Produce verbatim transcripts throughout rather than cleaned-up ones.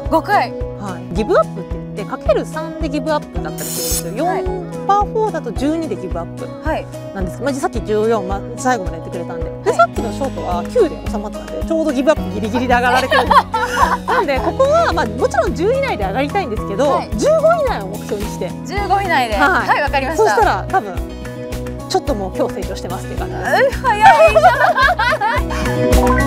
ごかい。 はい、ギブアップって言ってかけるさんでギブアップだったりするんですよ。よんパーフォーだとじゅうにでギブアップなんです。まあ、さっきじゅうよん、まあ、最後までやってくれたんで、で、さっきのショートはきゅうで収まったんで、ちょうどギブアップギリギリで上がられてるんです。なんでここはまあもちろんじゅうい以内で上がりたいんですけど、はい、じゅうご以内を目標にして。 じゅうご以内で。はい、わ、はい、かりました。 そしたら多分ちょっともう今日成長してますっていう感じです。 早いじゃない。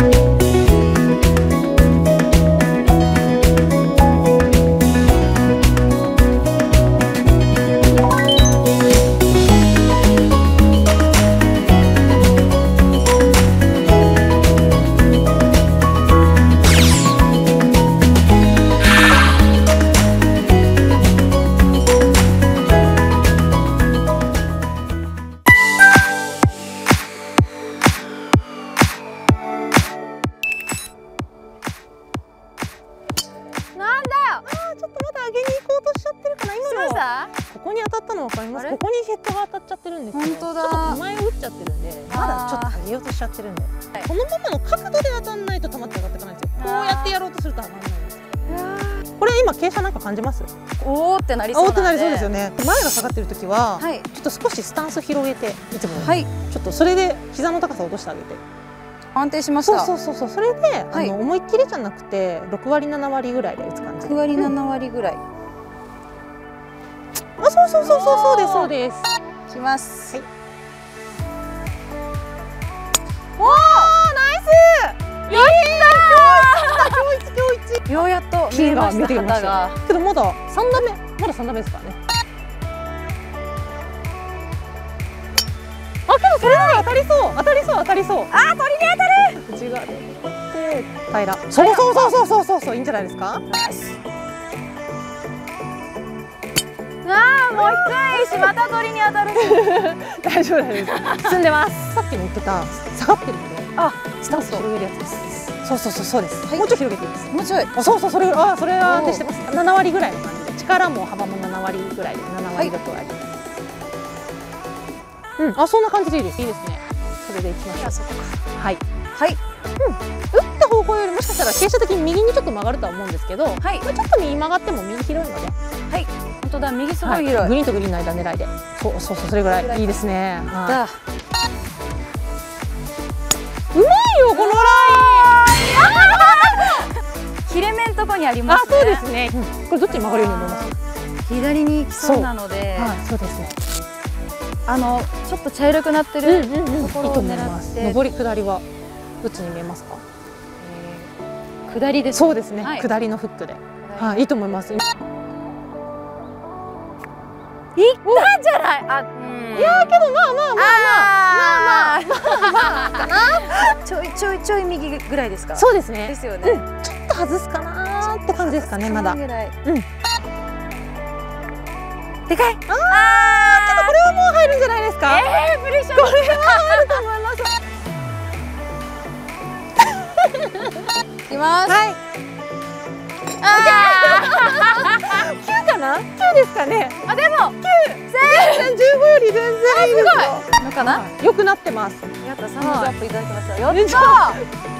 ここに当たったの分かります？ここにヘッドが当たっちゃってるんですよ。 本当だ。 ちょっと手前を打っちゃってるんで、まだちょっと上げようとしちゃってるんで、このままの角度で当たんないと球って上がっていかないんですよ。こうやってやろうとすると上がらないんです。これ今傾斜なんか感じます？ おーってなりそうなんで。 おーってなりそうですよね。前が下がってる時は、はい、ちょっと少しスタンス広げていつも、はい、ちょっとそれで膝の高さを落としてあげて。 安定しました。 そうそうそうそう。それで、はい、あの思いっきりじゃなくてろくわりななわりぐらいで打つ感じ。 ろくわりななわりぐらい。 あ、そうそうそうそうそうですそうです。 きます。はい。 おお、ナイス。やったー。今日一今日一。 ようやっと見えました旗が。 けどまだ三打目、まだ三打目ですからね。あ、けどそれなら当たりそう当たりそう当たりそう。 あ、鳥に当たる。 内側でで平ら。そうそうそうそうそうそうそう、いいんじゃないですか。 ああ、もう低いし、また鳥に当たる。 大丈夫です。進んでます。さっきも言ってた下がってるので、あ、スタンス広げるやつです。そうそうそうそうです。もうちょい広げていいです。 もうちょい。 あ、そうそう、それ、あ、それは安定してます。ななわりぐらいの感じで、力も幅もななわりぐらいで、ななわりろくわり。うん、あ、そんな感じでいいです。いいですね。それでいきましょう。はい。はい。うん。打った方向よりもしかしたら傾斜的に右にちょっと曲がるとは思うんですけど、はい。ちょっと右曲がっても右広いので、はい。 本当だ、右すごい広い。 はい、グリーンとグリーンの間狙いで、そうそうそう、それぐらいいいですね。はい、うまいよこのライン。切れ目のとこにありますね。 あ、そうですね。うん、これどっちに曲がるように思います？ 左に行きそうなので、 はい、そうですね。 あのちょっと茶色くなってるところを狙って。 上り下りはどっちに見えますか？ えー、下りです。 そうですね。はい、下りのフックで、はい、いいと思います。いったんじゃない？あ、うん、 いやけどまあまあまあまあまあまあまあまあちょいちょいちょい右ぐらいですか？ そうですね。 ですよね。 うん、ちょっと外すかなーって感じですかね、まだ。うん。でかい。ああ、けどこれはもう入るんじゃないですか？ ええ、プレッシャー。 これは入ると思います。いきます。はい。 あきゅうかな？きゅうですかね。 あ、でもきゅう、 全然じゅうごより全然いいですよ。 のかな？ 良くなってます。 やった、サムズアップいただきました。やったー。